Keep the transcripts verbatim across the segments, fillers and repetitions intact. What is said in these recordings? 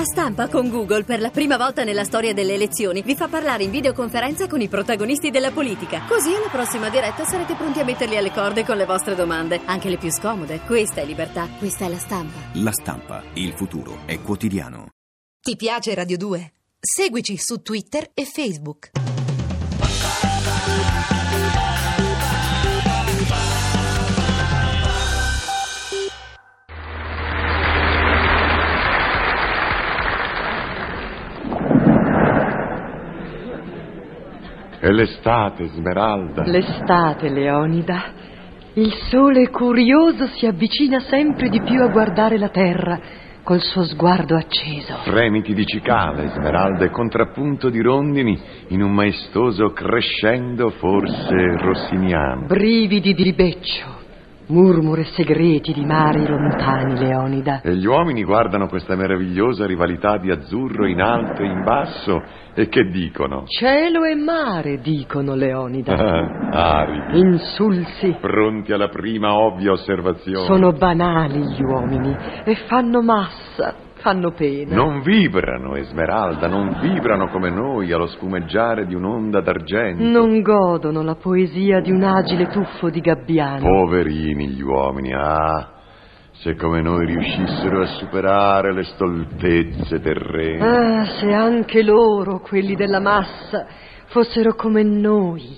Stampa con Google per la prima volta nella storia delle elezioni vi fa parlare in videoconferenza con i protagonisti della politica. Così alla prossima diretta sarete pronti a metterli alle corde con le vostre domande, anche le più scomode. Questa è libertà, questa è La Stampa. La Stampa, il futuro è quotidiano. Ti piace Radio due? Seguici su Twitter e Facebook. È l'estate, Smeralda. L'estate, Leonida. Il sole curioso si avvicina sempre di più a guardare la terra col suo sguardo acceso. Fremiti di cicale, Smeralda, e contrappunto di rondini in un maestoso crescendo forse rossiniano. Brividi di ribeccio, murmure segreti di mari lontani, Leonida. E gli uomini guardano questa meravigliosa rivalità di azzurro in alto e in basso e che dicono? Cielo e mare, dicono, Leonida. Ah, aridi. Insulsi. Pronti alla prima ovvia osservazione. Sono banali gli uomini e fanno massa, fanno pena. Non vibrano, Esmeralda, non vibrano come noi allo spumeggiare di un'onda d'argento. Non godono la poesia di un agile tuffo di gabbiano. Poverini gli uomini, ah, se come noi riuscissero a superare le stoltezze terrene. Ah, se anche loro, quelli della massa, fossero come noi,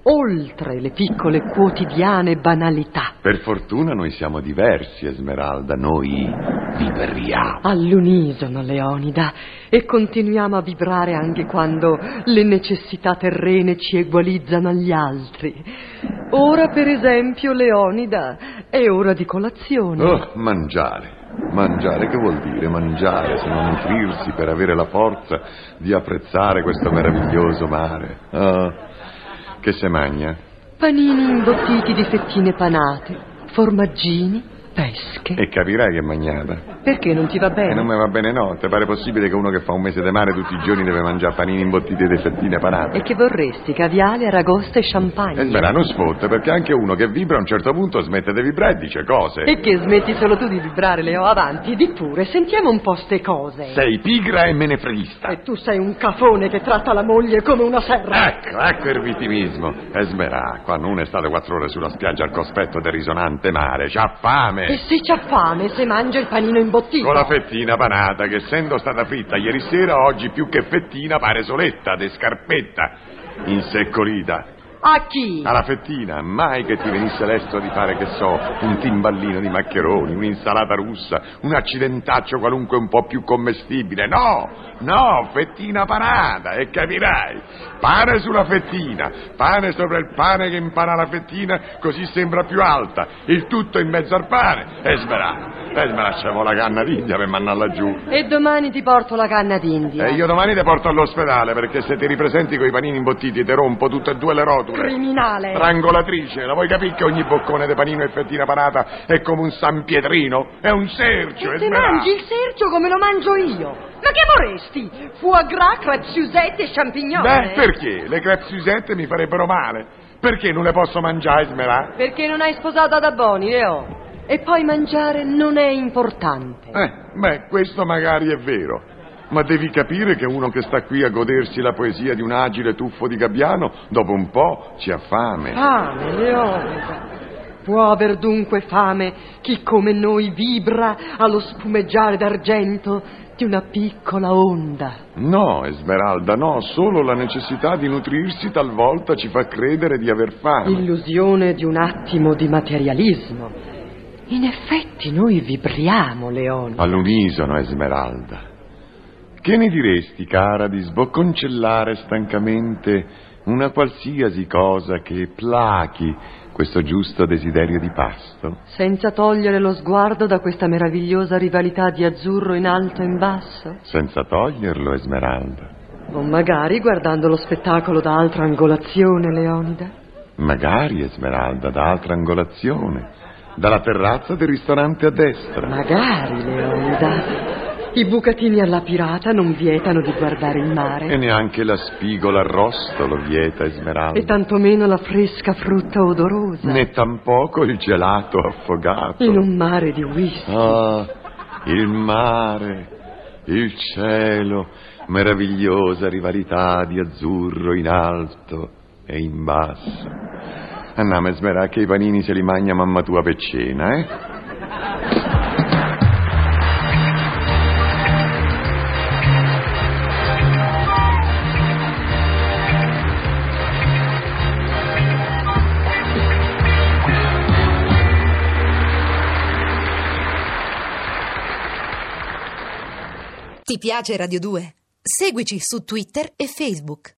oltre le piccole quotidiane banalità. Per fortuna noi siamo diversi, Esmeralda, noi vibriamo. All'unisono, Leonida, e continuiamo a vibrare anche quando le necessità terrene ci egualizzano agli altri. Ora, per esempio, Leonida, è ora di colazione. Oh, mangiare. Mangiare che vuol dire mangiare se non nutrirsi per avere la forza di apprezzare questo meraviglioso mare? Oh, che se magna? Panini imbottiti di fettine panate, formaggini, pesche. E capirai che magnata. Perché non ti va bene? E non mi va bene, no. Ti pare possibile che uno che fa un mese di mare tutti i giorni deve mangiare panini imbottiti di fettine panate? E che vorresti? Caviale, aragosta e champagne? E svela, non sfotte, perché anche uno che vibra a un certo punto smette di vibrare e dice cose. E che smetti solo tu di vibrare, Leo? Avanti, di pure, sentiamo un po' ste cose. Sei pigra e menefreghista. E tu sei un cafone che tratta la moglie come una serra. Ecco, ecco il vittimismo. Esmerà, quando uno è stato quattro ore sulla spiaggia al cospetto del risonante mare, c'ha fame. E se c'ha fame se mangia il panino imbottito. Con la fettina panata che, essendo stata fritta ieri sera, oggi più che fettina pare soletta de scarpetta inseccolita. A chi? Alla fettina. Mai che ti venisse l'estro di fare, che so, un timballino di maccheroni, un'insalata russa, un accidentaccio qualunque un po' più commestibile. No, no, fettina panata, e capirai. Pane sulla fettina, pane sopra il pane che impana la fettina, così sembra più alta. Il tutto in mezzo al pane. E smerà. E smerà, c'avevo la canna d'India per mandarla giù. E domani ti porto la canna d'India. E io domani ti porto all'ospedale, perché se ti ripresenti coi panini imbottiti ti rompo tutte e due le rotule. Criminale. Strangolatrice, la vuoi capire che ogni boccone di panino e fettina panata è come un San Pietrino? È un sercio. E se mangi il sercio come lo mangio io? Ma che vorresti? Foie gras, crêpes Suzette e champignon? Beh, perché? Le crêpes Suzette mi farebbero male. Perché non le posso mangiare, Smerà? Perché non hai sposato ad Abboni, Leo. E poi mangiare non è importante. Eh, beh, questo magari è vero. Ma devi capire che uno che sta qui a godersi la poesia di un agile tuffo di gabbiano, dopo un po' ci ha fame. Fame, Leonida. Può aver dunque fame chi come noi vibra allo spumeggiare d'argento di una piccola onda? No, Esmeralda, no, solo la necessità di nutrirsi talvolta ci fa credere di aver fame. Illusione di un attimo di materialismo. In effetti noi vibriamo, Leone. All'unisono, Esmeralda. Che ne diresti, cara, di sbocconcellare stancamente una qualsiasi cosa che plachi questo giusto desiderio di pasto? Senza togliere lo sguardo da questa meravigliosa rivalità di azzurro in alto e in basso? Senza toglierlo, Esmeralda. O magari guardando lo spettacolo da altra angolazione, Leonida? Magari, Esmeralda, da altra angolazione, dalla terrazza del ristorante a destra. Magari, Leonida. I bucatini alla pirata non vietano di guardare il mare. E neanche la spigola arrosto lo vieta, Esmeralda. E tantomeno la fresca frutta odorosa. Né tampoco il gelato affogato. In un mare di whisky. Ah, il mare. il cielo, meravigliosa rivalità di azzurro in alto e in basso. Andiamo a smerare che i panini se li mangia mamma tua per cena, eh? Ti piace Radio due? Seguici su Twitter e Facebook.